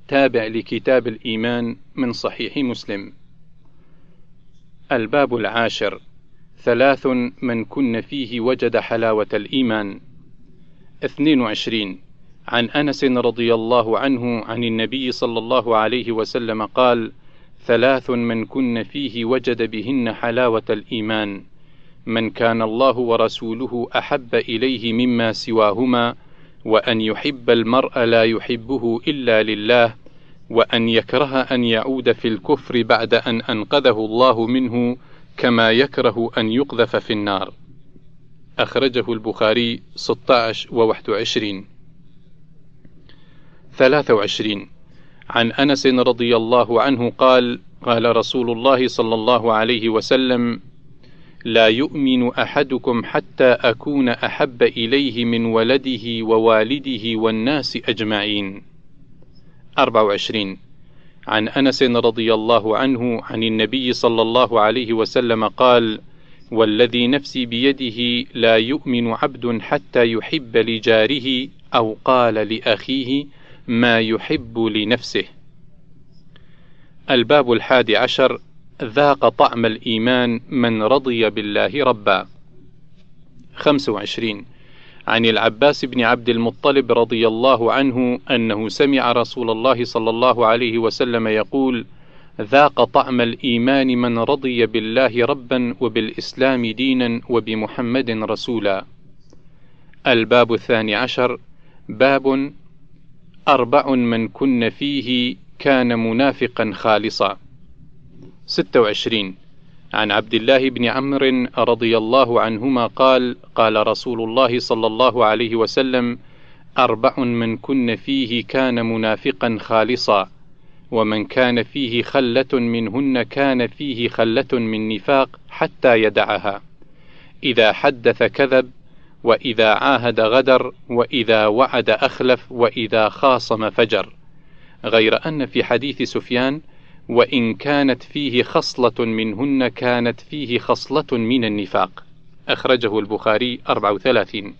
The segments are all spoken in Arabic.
تابع لكتاب الإيمان من صحيح مسلم. الباب 10. 3 من كن فيه وجد حلاوة الإيمان. 22. عن أنس رضي الله عنه عن النبي صلى الله عليه وسلم قال: 3 من كن فيه وجد بهن حلاوة الإيمان: من كان الله ورسوله أحب إليه مما سواهما، وأن يحب المرء لا يحبه إلا لله، وأن يكره أن يعود في الكفر بعد أن أنقذه الله منه، كما يكره أن يقذف في النار. أخرجه البخاري 16 و21. 23. عن أنس رضي الله عنه قال: قال رسول الله صلى الله عليه وسلم: لا يؤمن أحدكم حتى أكون أحب إليه من ولده ووالده والناس أجمعين. 24. عن أنس رضي الله عنه عن النبي صلى الله عليه وسلم قال: والذي نفسي بيده لا يؤمن عبد حتى يحب لجاره أو قال لأخيه ما يحب لنفسه. الباب 11. ذاق طعم الإيمان من رضي بالله ربا. 25. عن العباس بن عبد المطلب رضي الله عنه أنه سمع رسول الله صلى الله عليه وسلم يقول: ذاق طعم الإيمان من رضي بالله ربا وبالإسلام دينا وبمحمد رسولا. الباب 12. باب 4 من كن فيه كان منافقا خالصا. 26. عن عبد الله بن عمرو رضي الله عنهما قال: قال رسول الله صلى الله عليه وسلم: 4 من كن فيه كان منافقا خالصا، ومن كان فيه خلة منهن كان فيه خلة من نفاق حتى يدعها: إذا حدث كذب، وإذا عاهد غدر، وإذا وعد أخلف، وإذا خاصم فجر. غير أن في حديث سفيان: وإن كانت فيه خصلة منهن كانت فيه خصلة من النفاق. أخرجه البخاري 34.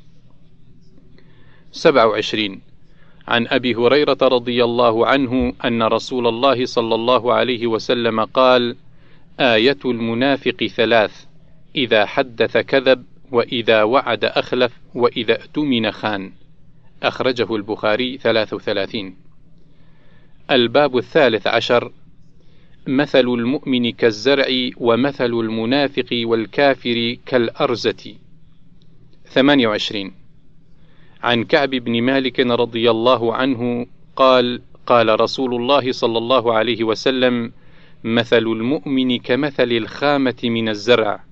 27. عن أبي هريرة رضي الله عنه أن رسول الله صلى الله عليه وسلم قال: آية المنافق 3: إذا حدث كذب، وإذا وعد أخلف، وإذا اؤتمن خان. أخرجه البخاري 33. الباب 13. مثل المؤمن كالزرع، ومثل المنافق والكافر كالأرزة. 28. عن كعب بن مالك رضي الله عنه قال: قال رسول الله صلى الله عليه وسلم: مثل المؤمن كمثل الخامة من الزرع،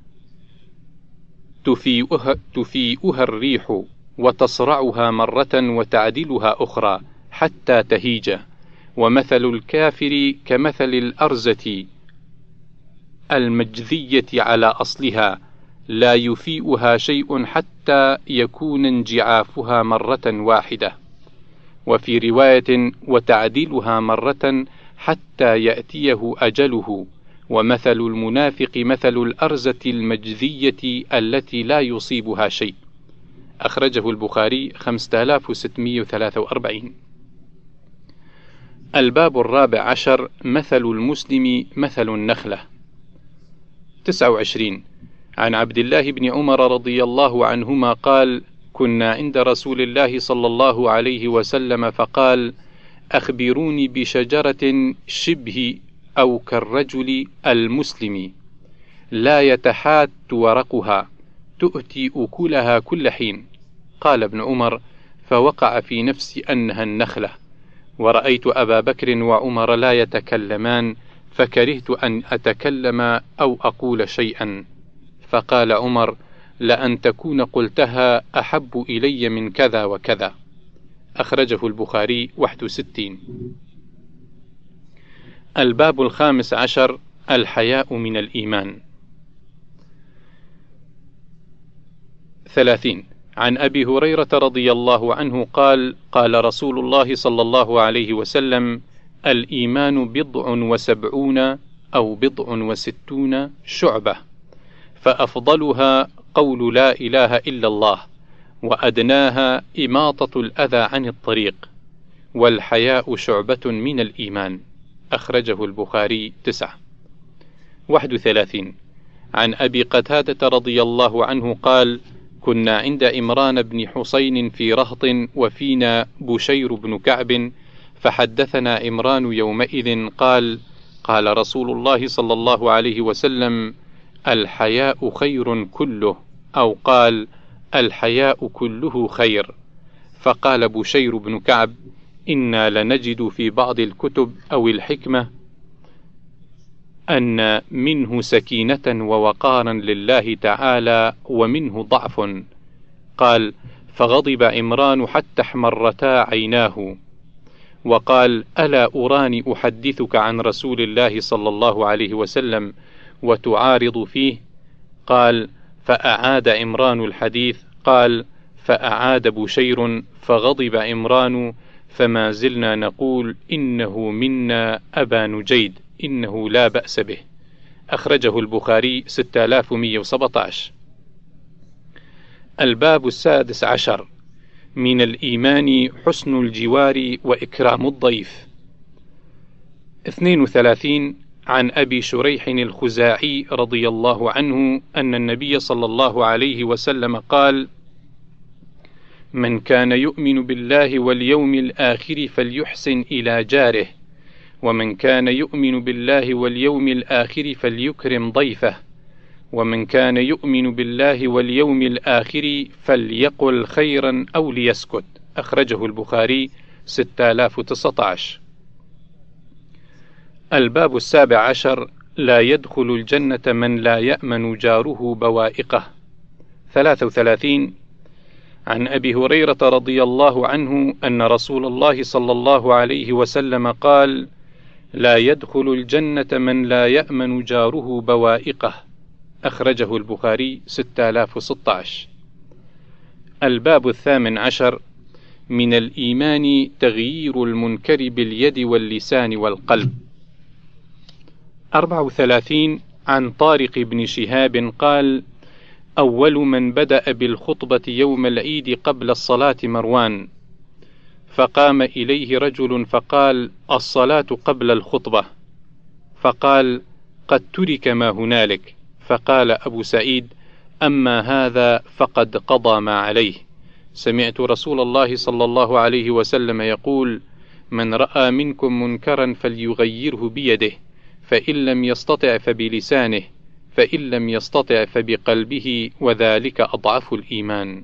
تفيئها الريح وتصرعها مرة وتعدلها أخرى حتى تهيج، ومثل الكافر كمثل الأرزة المجذية على أصلها، لا يفيئها شيء حتى يكون انجعافها مرة واحدة. وفي رواية: وتعدلها مرة حتى يأتيه أجله. ومثل المنافق مثل الأرزة المجذية التي لا يصيبها شيء. أخرجه البخاري 5643. الباب 14. مثل المسلم مثل النخلة. 29. عن عبد الله بن عمر رضي الله عنهما قال: كنا عند رسول الله صلى الله عليه وسلم فقال: أخبروني بشجرة شبه أو كالرجل المسلم لا يتحات ورقها، تؤتي أكلها كل حين. قال ابن عمر: فوقع في نفسي أنها النخلة، ورأيت أبا بكر وعمر لا يتكلمان، فكرهت أن أتكلم أو أقول شيئا. فقال عمر: لأن تكون قلتها أحب إلي من كذا وكذا. أخرجه البخاري 61. الباب 15. الحياء من الإيمان. 30. عن أبي هريرة رضي الله عنه قال: قال رسول الله صلى الله عليه وسلم: الإيمان 70 أو 60 شعبة، فأفضلها قول لا إله إلا الله، وأدناها إماطة الأذى عن الطريق، والحياء شعبة من الإيمان. أخرجه البخاري 9. 31. عن أبي قتادة رضي الله عنه قال: كنا عند إمران بن حسين في رهط وفينا بشير بن كعب، فحدثنا إمران يومئذ قال: قال رسول الله صلى الله عليه وسلم: الحياء خير كله، أو قال: الحياء كله خير. فقال بشير بن كعب: إنا لنجد في بعض الكتب أو الحكمة أن منه سكينة ووقارا لله تعالى ومنه ضعف. قال: فغضب إمران حتى احمرتا عيناه، وقال: ألا أراني أحدثك عن رسول الله صلى الله عليه وسلم وتعارض فيه؟ قال: فأعاد إمران الحديث. قال: فأعاد بشير فغضب إمران، فما زلنا نقول: إنه منا أبا نجيد، إنه لا بأس به. أخرجه البخاري 6117. الباب 16. من الإيمان حسن الجوار وإكرام الضيف. 32. عن أبي شريح الخزاعي رضي الله عنه أن النبي صلى الله عليه وسلم قال: من كان يؤمن بالله واليوم الآخر فليحسن إلى جاره، ومن كان يؤمن بالله واليوم الآخر فليكرم ضيفه، ومن كان يؤمن بالله واليوم الآخر فليقل خيرا أو ليسكت. أخرجه البخاري 6019. الباب 17. لا يدخل الجنة من لا يأمن جاره بوائقه. 33. عن أبي هريرة رضي الله عنه أن رسول الله صلى الله عليه وسلم قال: لا يدخل الجنة من لا يأمن جاره بوائقه. أخرجه البخاري 6016. الباب 18. من الإيمان تغيير المنكر باليد واللسان والقلب. 34. عن طارق بن شهاب قال: أول من بدأ بالخطبة يوم العيد قبل الصلاة مروان، فقام إليه رجل فقال: الصلاة قبل الخطبة. فقال: قد ترك ما هنالك. فقال أبو سعيد: أما هذا فقد قضى ما عليه. سمعت رسول الله صلى الله عليه وسلم يقول: من رأى منكم منكرا فليغيره بيده، فإن لم يستطع فبلسانه، فإن لم يستطع فبقلبه، وذلك أضعف الإيمان.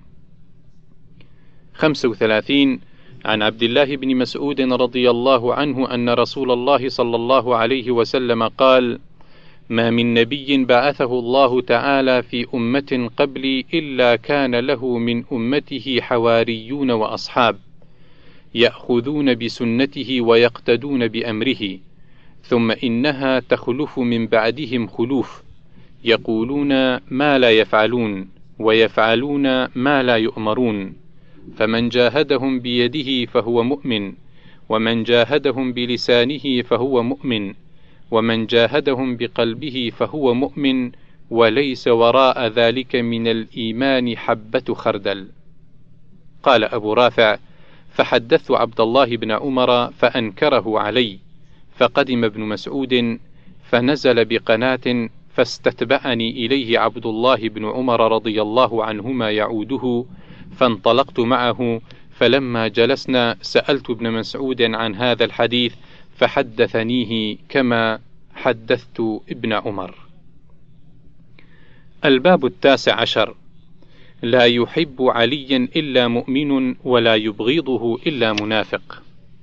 35. عن عبد الله بن مسعود رضي الله عنه أن رسول الله صلى الله عليه وسلم قال: ما من نبي بعثه الله تعالى في أمة قبلي إلا كان له من أمته حواريون وأصحاب يأخذون بسنته ويقتدون بأمره، ثم إنها تخلف من بعدهم خلوف يقولون ما لا يفعلون ويفعلون ما لا يؤمرون، فمن جاهدهم بيده فهو مؤمن، ومن جاهدهم بلسانه فهو مؤمن، ومن جاهدهم بقلبه فهو مؤمن، وليس وراء ذلك من الإيمان حبة خردل. قال أبو رافع: فحدثت عبد الله بن عمر فأنكره علي، فقدم ابن مسعود فنزل بقناة، فاستتبعني إليه عبد الله بن عمر رضي الله عنهما يعوده، فانطلقت معه، فلما جلسنا سألت ابن مسعود عن هذا الحديث فحدثنيه كما حدثت ابن عمر. الباب 19. لا يحب عليا إلا مؤمن ولا يبغضه إلا منافق.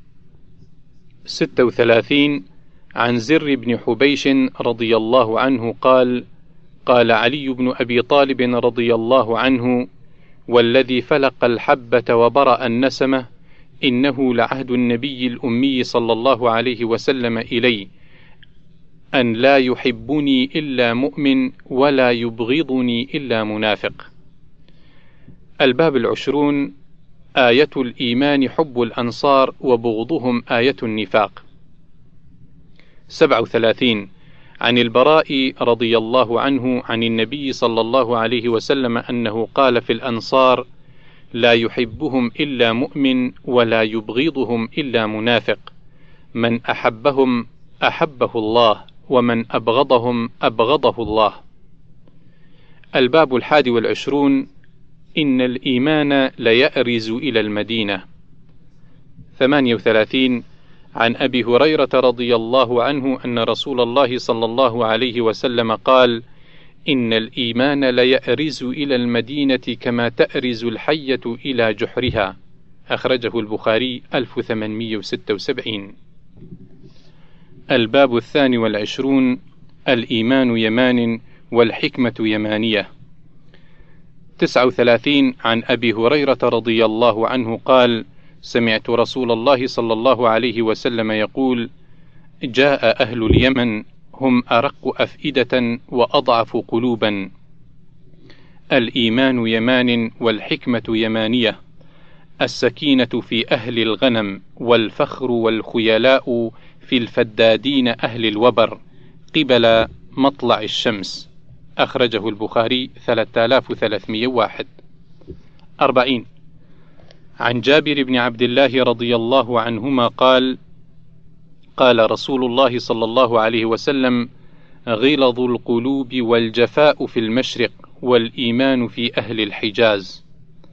36. عن زر بن حبيش رضي الله عنه قال: قال علي بن أبي طالب رضي الله عنه: والذي فلق الحبة وبرأ النسمة، إنه لعهد النبي الأمي صلى الله عليه وسلم إلي أن لا يحبني إلا مؤمن ولا يبغضني إلا منافق. الباب 20. آية الإيمان حب الأنصار وبغضهم آية النفاق. 37. عن البراء رضي الله عنه عن النبي صلى الله عليه وسلم أنه قال في الأنصار: لا يحبهم إلا مؤمن ولا يبغضهم إلا منافق، من أحبهم أحبه الله ومن أبغضهم أبغضه الله. الباب 21: إن الإيمان ليأرز إلى المدينة. 38: عن أبي هريرة رضي الله عنه أن رسول الله صلى الله عليه وسلم قال: إن الإيمان ليأرز إلى المدينة كما تأرز الحية إلى جحرها. أخرجه البخاري 1876. الباب 22: الإيمان يمان والحكمة يمانية. 39: عن أبي هريرة رضي الله عنه قال: سمعت رسول الله صلى الله عليه وسلم يقول: جاء أهل اليمن هم أرق أفئدة وأضعف قلوبا. الإيمان يمان والحكمة يمانية. السكينة في أهل الغنم، والفخر والخيلاء في الفدادين أهل الوبر قبل مطلع الشمس. أخرجه البخاري 3301. 40: عن جابر بن عبد الله رضي الله عنهما قال: قال رسول الله صلى الله عليه وسلم: غلظ القلوب والجفاء في المشرق، والإيمان في أهل الحجاز.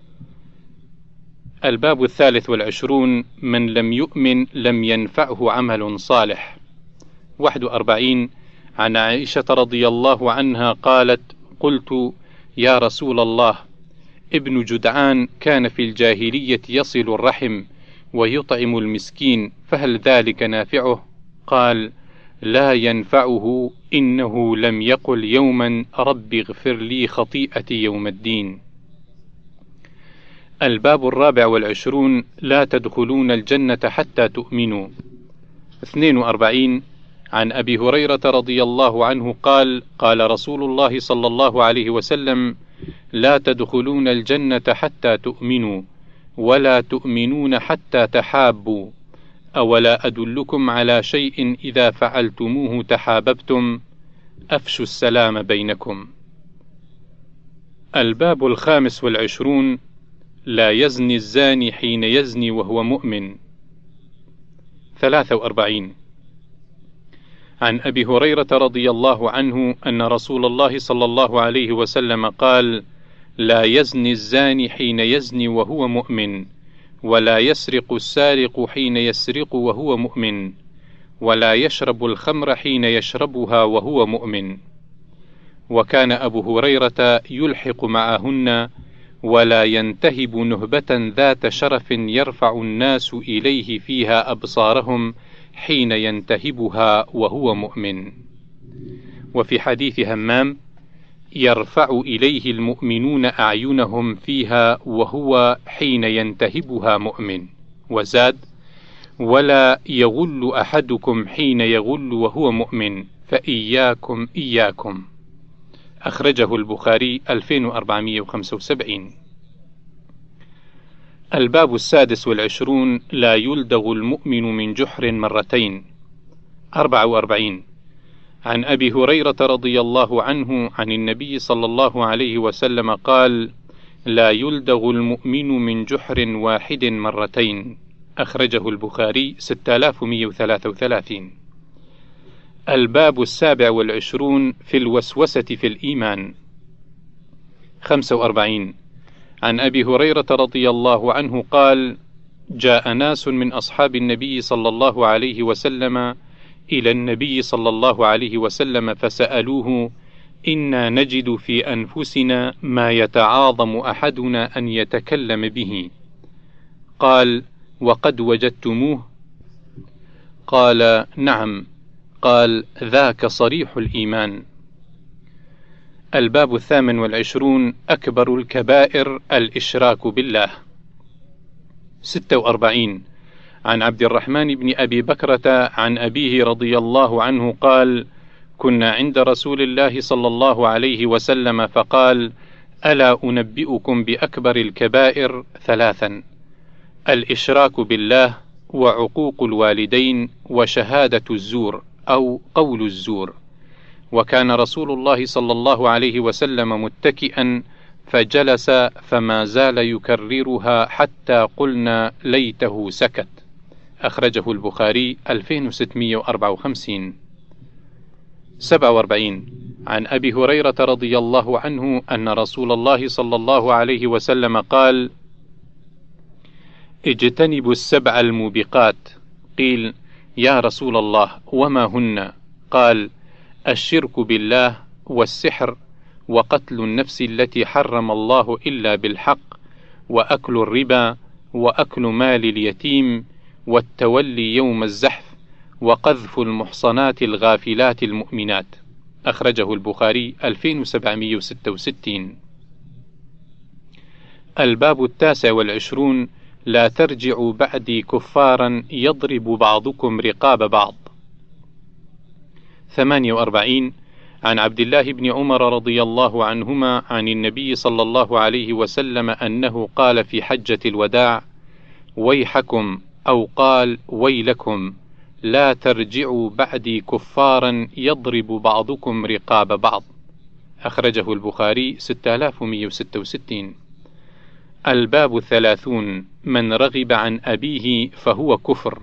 الباب 23: من لم يؤمن لم ينفعه عمل صالح. 41: عن عائشة رضي الله عنها قالت: قلت: يا رسول الله، ابن جدعان كان في الجاهلية يصل الرحم ويطعم المسكين، فهل ذلك نافعه؟ قال: لا ينفعه، إنه لم يقل يوما رب اغفر لي خطيئتي يوم الدين. الباب 24: لا تدخلون الجنة حتى تؤمنوا. 42: عن أبي هريرة رضي الله عنه قال: قال رسول الله صلى الله عليه وسلم: لا تدخلون الجنة حتى تؤمنوا، ولا تؤمنون حتى تحابوا، أولا أدلكم على شيء إذا فعلتموه تحاببتم؟ أفشوا السلام بينكم. الباب 25: لا يزني الزاني حين يزني وهو مؤمن. 43: عن أبي هريرة رضي الله عنه أن رسول الله صلى الله عليه وسلم قال: لا يزني الزاني حين يزني وهو مؤمن، ولا يسرق السارق حين يسرق وهو مؤمن، ولا يشرب الخمر حين يشربها وهو مؤمن. وكان أبو هريرة يلحق معهن، ولا ينتهب نهبة ذات شرف يرفع الناس إليه فيها أبصارهم حين ينتهبها وهو مؤمن. وفي حديث همام: يرفع إليه المؤمنون أعينهم فيها وهو حين ينتهبها مؤمن. وزاد: ولا يغل أحدكم حين يغل وهو مؤمن، فإياكم إياكم. أخرجه البخاري 2475. الباب 26: لا يلدغ المؤمن من جحر مرتين. 44: عن أبي هريرة رضي الله عنه عن النبي صلى الله عليه وسلم قال: لا يلدغ المؤمن من جحر واحد مرتين. أخرجه البخاري 6133. الباب 27: في الوسوسة في الإيمان. 45: عن أبي هريرة رضي الله عنه قال: جاء ناس من أصحاب النبي صلى الله عليه وسلم إلى النبي صلى الله عليه وسلم فسألوه: إنا نجد في أنفسنا ما يتعاظم أحدنا أن يتكلم به. قال: وقد وجدتموه؟ قال: نعم. قال: ذاك صريح الإيمان. الباب 28: أكبر الكبائر الإشراك بالله. 46: عن عبد الرحمن بن أبي بكرة عن أبيه رضي الله عنه قال: كنا عند رسول الله صلى الله عليه وسلم فقال: ألا أنبئكم بأكبر الكبائر 3: الإشراك بالله، وعقوق الوالدين، وشهادة الزور أو قول الزور. وكان رسول الله صلى الله عليه وسلم متكئا، فجلس فما زال يكررها حتى قلنا ليته سكت. أخرجه البخاري 2654. 47. عن أبي هريرة رضي الله عنه أن رسول الله صلى الله عليه وسلم قال: اجتنبوا السبع الموبقات. قيل: يا رسول الله وما هن؟ قال: الشرك بالله، والسحر، وقتل النفس التي حرم الله إلا بالحق، وأكل الربا، وأكل مال اليتيم، والتولي يوم الزحف، وقذف المحصنات الغافلات المؤمنات. أخرجه البخاري 2766. الباب 29. لا ترجعوا بعدي كفارا يضرب بعضكم رقاب بعض. 48. عن عبد الله بن عمر رضي الله عنهما عن النبي صلى الله عليه وسلم أنه قال في حجة الوداع: ويحكم، أو قال ويلكم، لا ترجعوا بعدي كفارا يضرب بعضكم رقاب بعض. أخرجه البخاري 6166. الباب 30. من رغب عن أبيه فهو كفر.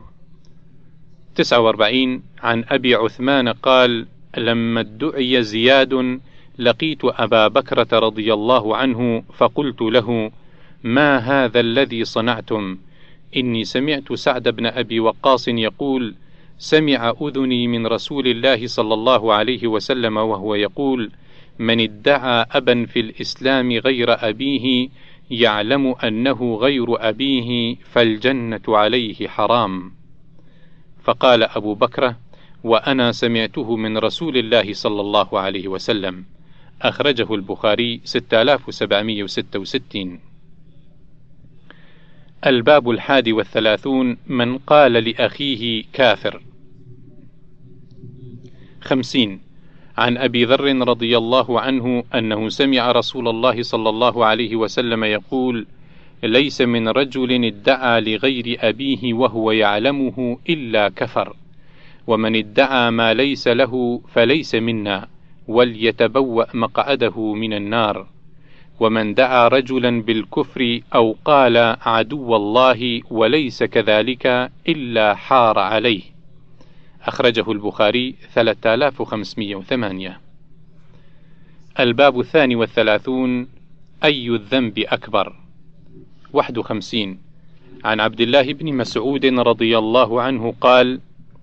49. عن أبي عثمان قال: لما ادعي زياد لقيت أبا بكرة رضي الله عنه فقلت له: ما هذا الذي صنعتم؟ إني سمعت سعد بن أبي وقاص يقول: سمع أذني من رسول الله صلى الله عليه وسلم وهو يقول: من ادعى أبا في الإسلام غير أبيه يعلم أنه غير أبيه فالجنة عليه حرام. فقال أبو بكر: وأنا سمعته من رسول الله صلى الله عليه وسلم. أخرجه البخاري 6766. الباب 31. من قال لأخيه كافر. 50. عن أبي ذر رضي الله عنه أنه سمع رسول الله صلى الله عليه وسلم يقول: ليس من رجل ادعى لغير أبيه وهو يعلمه إلا كفر، ومن ادعى ما ليس له فليس منا، وليتبوأ مقعده من النار. ومن دعا رجلا بالكفر أو قال عدو الله وليس كذلك إلا حار عليه. أخرجه البخاري 3508. الباب 32. أي الذنب أكبر. 51. عن عبد الله بن مسعود رضي الله عنه قال: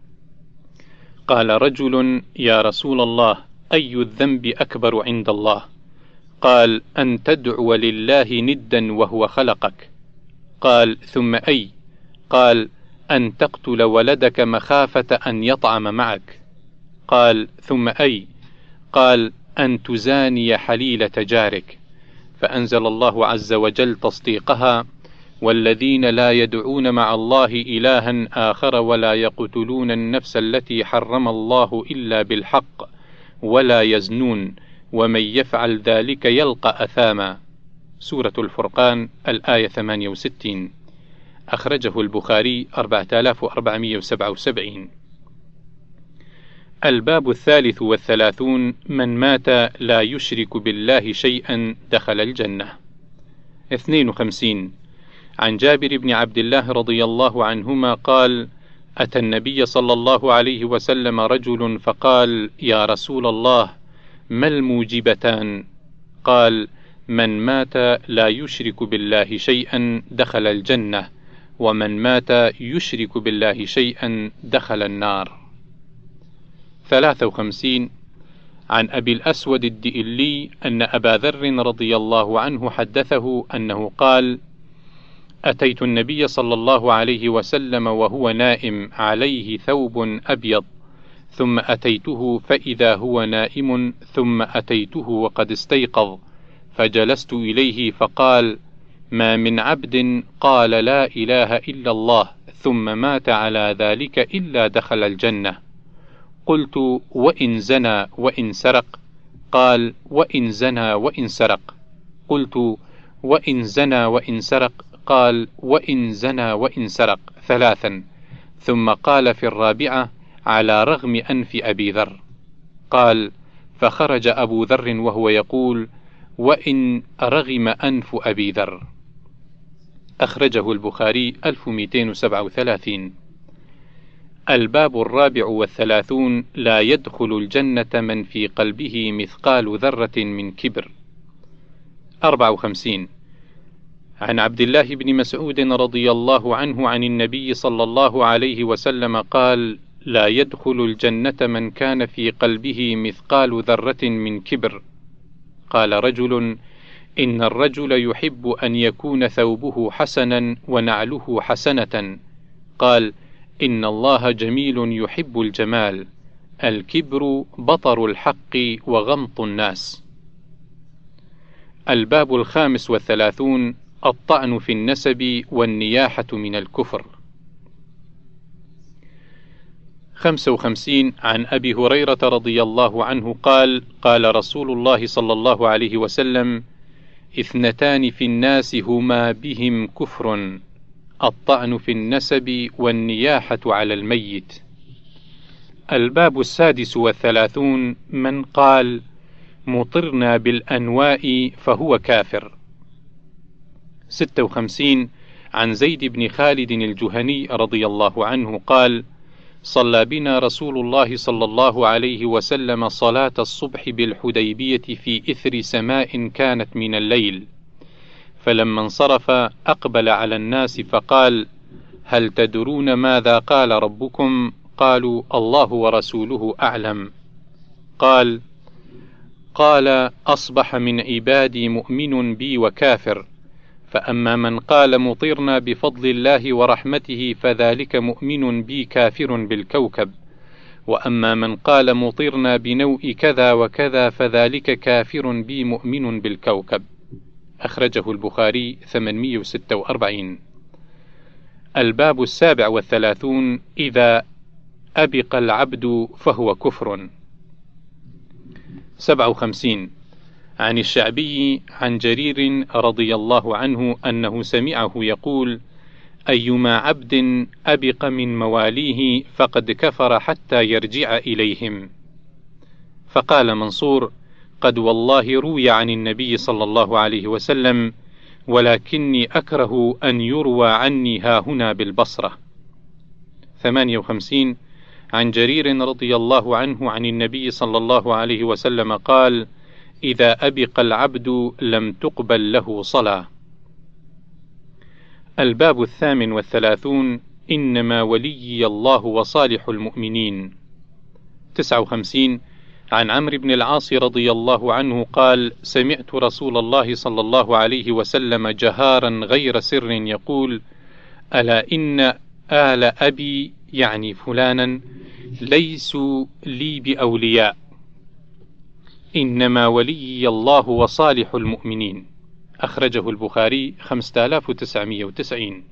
قال رجل: يا رسول الله، أي الذنب أكبر عند الله؟ قال: أن تدعو لله ندا وهو خلقك. قال: ثم أي؟ قال: أن تقتل ولدك مخافة أن يطعم معك. قال: ثم أي؟ قال: أن تزاني حليلة جارك. فأنزل الله عز وجل تصديقها: والذين لا يدعون مع الله إلها آخر ولا يقتلون النفس التي حرم الله إلا بالحق ولا يزنون ومن يفعل ذلك يلقى أثاما. سورة الفرقان الآية 68. أخرجه البخاري 4477. الباب 33. من مات لا يشرك بالله شيئا دخل الجنة. 52. عن جابر بن عبد الله رضي الله عنهما قال: أتى النبي صلى الله عليه وسلم رجل فقال: يا رسول الله، ما الموجبتان؟ قال: من مات لا يشرك بالله شيئا دخل الجنة، ومن مات يشرك بالله شيئا دخل النار. 53. عن أبي الأسود الدئلي أن أبا ذر رضي الله عنه حدثه أنه قال: أتيت النبي صلى الله عليه وسلم وهو نائم عليه ثوب أبيض، ثم أتيته فإذا هو نائم، ثم أتيته وقد استيقظ، فجلست إليه فقال: ما من عبد قال لا إله إلا الله ثم مات على ذلك إلا دخل الجنة. قلت: وإن زنى وإن سرق؟ قال: وإن زنى وإن سرق. قلت: وإن زنى وإن سرق؟ قال: وإن زنى وإن سرق 3. ثم قال في الرابعة: على رغم أنف أبي ذر. قال: فخرج أبو ذر وهو يقول: وإن رغم أنف أبي ذر. أخرجه البخاري 1237. الباب 34. لا يدخل الجنة من في قلبه مثقال ذرة من كبر. 54. عن عبد الله بن مسعود رضي الله عنه عن النبي صلى الله عليه وسلم قال: لا يدخل الجنة من كان في قلبه مثقال ذرة من كبر. قال رجل: إن الرجل يحب أن يكون ثوبه حسنا ونعله حسنة. قال: إن الله جميل يحب الجمال. الكبر بطر الحق وغمط الناس. الباب 35. الطعن في النسب والنياحة من الكفر. 55. عن أبي هريرة رضي الله عنه قال: قال رسول الله صلى الله عليه وسلم: 2 في الناس هما بهم كفر: الطعن في النسب والنياحة على الميت. الباب 36. من قال: مطرنا بالأنواء فهو كافر. 56. عن زيد بن خالد الجهني رضي الله عنه قال: صلى بنا رسول الله صلى الله عليه وسلم صلاة الصبح بالحديبية في إثر سماء كانت من الليل، فلما انصرف أقبل على الناس فقال: هل تدرون ماذا قال ربكم؟ قالوا: الله ورسوله أعلم. قال: أصبح من عبادي مؤمن بي وكافر، فأما من قال مطرنا بفضل الله ورحمته فذلك مؤمن بي كافر بالكوكب، وأما من قال مطرنا بنوء كذا وكذا فذلك كافر بي مؤمن بالكوكب. أخرجه البخاري 846. الباب 37. إذا أبق العبد فهو كفر. 57. عن الشعبي عن جرير رضي الله عنه أنه سمعه يقول: أيما عبد أبق من مواليه فقد كفر حتى يرجع إليهم. فقال منصور: قد والله روي عن النبي صلى الله عليه وسلم، ولكني أكره أن يروى عني هاهنا بالبصرة. 58. عن جرير رضي الله عنه عن النبي صلى الله عليه وسلم قال: إذا أبق العبد لم تقبل له صلاة. الباب 38. إنما وليي الله وصالح المؤمنين. 59. عن عمرو بن العاص رضي الله عنه قال: سمعت رسول الله صلى الله عليه وسلم جهارا غير سر يقول: ألا إن آل أبي، يعني فلانا، ليسوا لي بأولياء، إنما وليي الله وصالح المؤمنين. أخرجه البخاري 5990.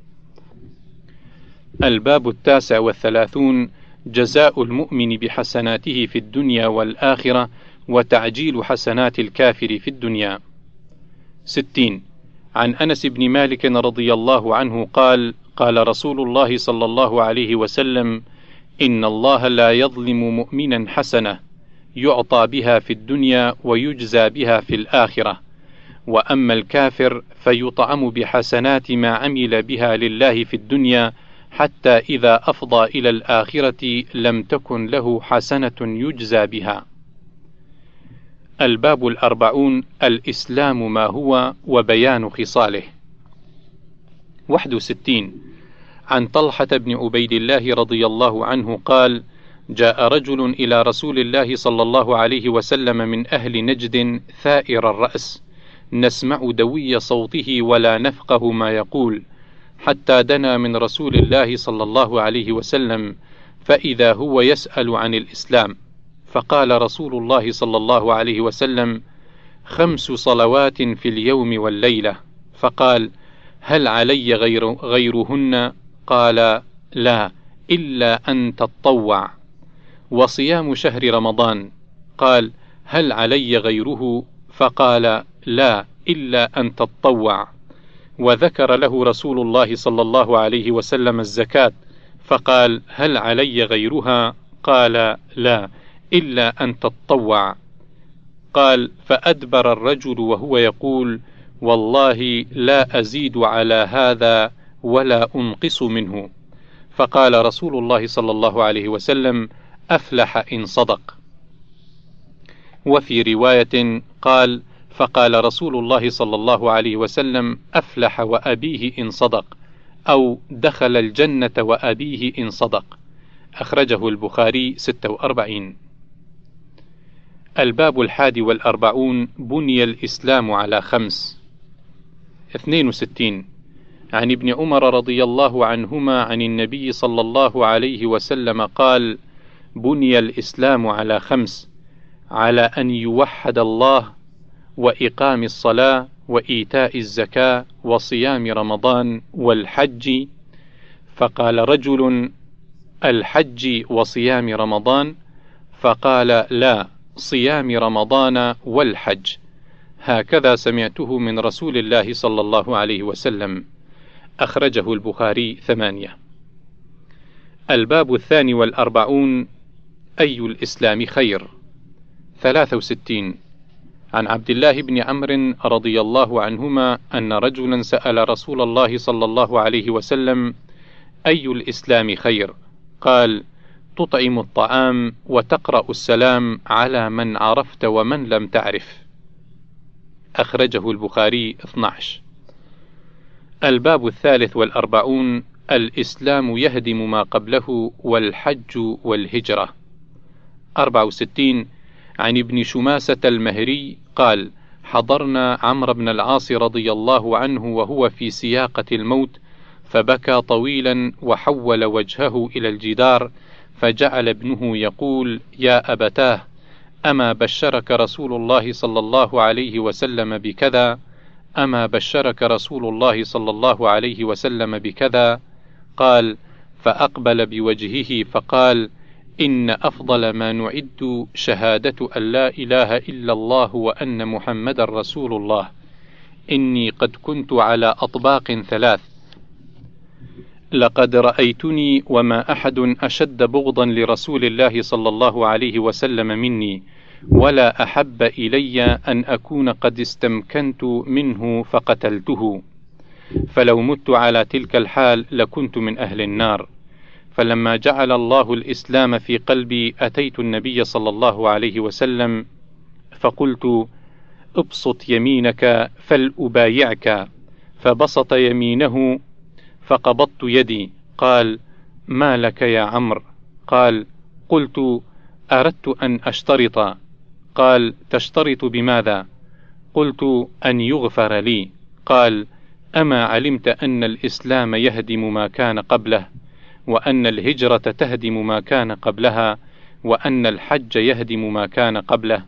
الباب 39. جزاء المؤمن بحسناته في الدنيا والآخرة وتعجيل حسنات الكافر في الدنيا. 60. عن أنس بن مالك رضي الله عنه قال: قال رسول الله صلى الله عليه وسلم: إن الله لا يظلم مؤمنا حسنة يعطى بها في الدنيا ويجزى بها في الآخرة، وأما الكافر فيطعم بحسنات ما عمل بها لله في الدنيا حتى إذا أفضى إلى الآخرة لم تكن له حسنة يجزى بها. الباب 40. الإسلام ما هو وبيان خصاله. 61. عن طلحة بن عبيد الله رضي الله عنه قال: جاء رجل إلى رسول الله صلى الله عليه وسلم من أهل نجد ثائر الرأس، نسمع دوي صوته ولا نفقه ما يقول، حتى دنا من رسول الله صلى الله عليه وسلم، فإذا هو يسأل عن الإسلام، فقال رسول الله صلى الله عليه وسلم: 5 صلوات في اليوم والليلة. فقال: هل علي غيرهن؟ قال: لا، إلا أن تطوع. وصيام شهر رمضان. قال: هل علي غيره؟ فقال: لا، إلا أن تطوع. وذكر له رسول الله صلى الله عليه وسلم الزكاة، فقال: هل علي غيرها؟ قال: لا، إلا أن تطوع. قال: فأدبر الرجل وهو يقول: والله لا أزيد على هذا ولا أنقص منه. فقال رسول الله صلى الله عليه وسلم: أفلح إن صدق. وفي رواية قال: فقال رسول الله صلى الله عليه وسلم: أفلح وأبيه إن صدق، أو دخل الجنة وأبيه إن صدق. أخرجه البخاري 46. الباب 41. بني الإسلام على 5. 62. عن ابن عمر رضي الله عنهما عن النبي صلى الله عليه وسلم قال: بني الإسلام على 5: على أن يوحد الله، وإقام الصلاة، وإيتاء الزكاة، وصيام رمضان، والحج. فقال رجل: الحج وصيام رمضان؟ فقال: لا، صيام رمضان والحج. هكذا سمعته من رسول الله صلى الله عليه وسلم. أخرجه البخاري 8. الباب 42. أي الإسلام خير؟ 63. عن عبد الله بن عمرو رضي الله عنهما أن رجلا سأل رسول الله صلى الله عليه وسلم: أي الإسلام خير؟ قال: تطعم الطعام، وتقرأ السلام على من عرفت ومن لم تعرف. أخرجه البخاري 12. الباب 43. الإسلام يهدم ما قبله، والحج والهجرة. 64. عن ابن شماسة المهري قال: حضرنا عمرو بن العاص رضي الله عنه وهو في سياقة الموت، فبكى طويلا وحول وجهه إلى الجدار، فجعل ابنه يقول: يا أبتاه، أما بشرك رسول الله صلى الله عليه وسلم بكذا؟ أما بشرك رسول الله صلى الله عليه وسلم بكذا؟ قال: فأقبل بوجهه فقال: إن أفضل ما نعد شهادة أن لا إله إلا الله وأن محمد رسول الله. إني قد كنت على أطباق 3: لقد رأيتني وما أحد أشد بغضا لرسول الله صلى الله عليه وسلم مني، ولا أحب إلي أن أكون قد استمكنت منه فقتلته، فلو مت على تلك الحال لكنت من أهل النار. فلما جعل الله الإسلام في قلبي أتيت النبي صلى الله عليه وسلم فقلت: ابسط يمينك فلأبايعك. فبسط يمينه فقبضت يدي. قال: ما لك يا عمرو؟ قال: قلت: أردت أن أشترط. قال: تشترط بماذا؟ قلت: أن يغفر لي. قال: أما علمت أن الإسلام يهدم ما كان قبله، وأن الهجرة تهدم ما كان قبلها، وأن الحج يهدم ما كان قبله؟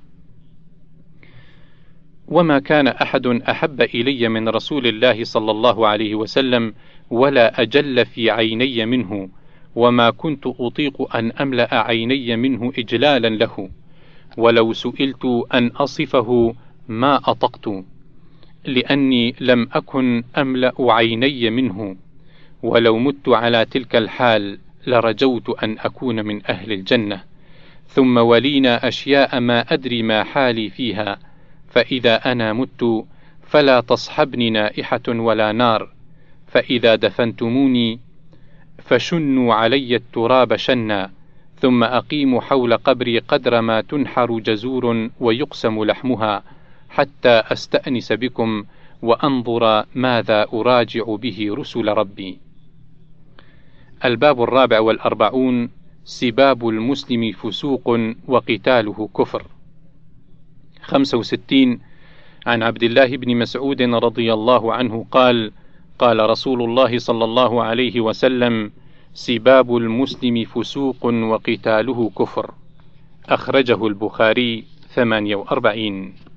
وما كان أحد أحب إلي من رسول الله صلى الله عليه وسلم ولا أجل في عيني منه، وما كنت أطيق أن أملأ عيني منه إجلالا له، ولو سئلت أن أصفه ما أطقت، لأني لم أكن أملأ عيني منه، ولو مت على تلك الحال لرجوت أن أكون من أهل الجنة. ثم ولينا أشياء ما أدري ما حالي فيها، فإذا أنا مت فلا تصحبني نائحة ولا نار، فإذا دفنتموني فشنوا علي التراب شنا، ثم أقيم حول قبري قدر ما تنحر جزور ويقسم لحمها، حتى أستأنس بكم وأنظر ماذا أراجع به رسل ربي. الباب 44. سباب المسلم فسوق وقتاله كفر. 65. عن عبد الله بن مسعود رضي الله عنه قال: قال رسول الله صلى الله عليه وسلم: سباب المسلم فسوق وقتاله كفر. أخرجه البخاري 48.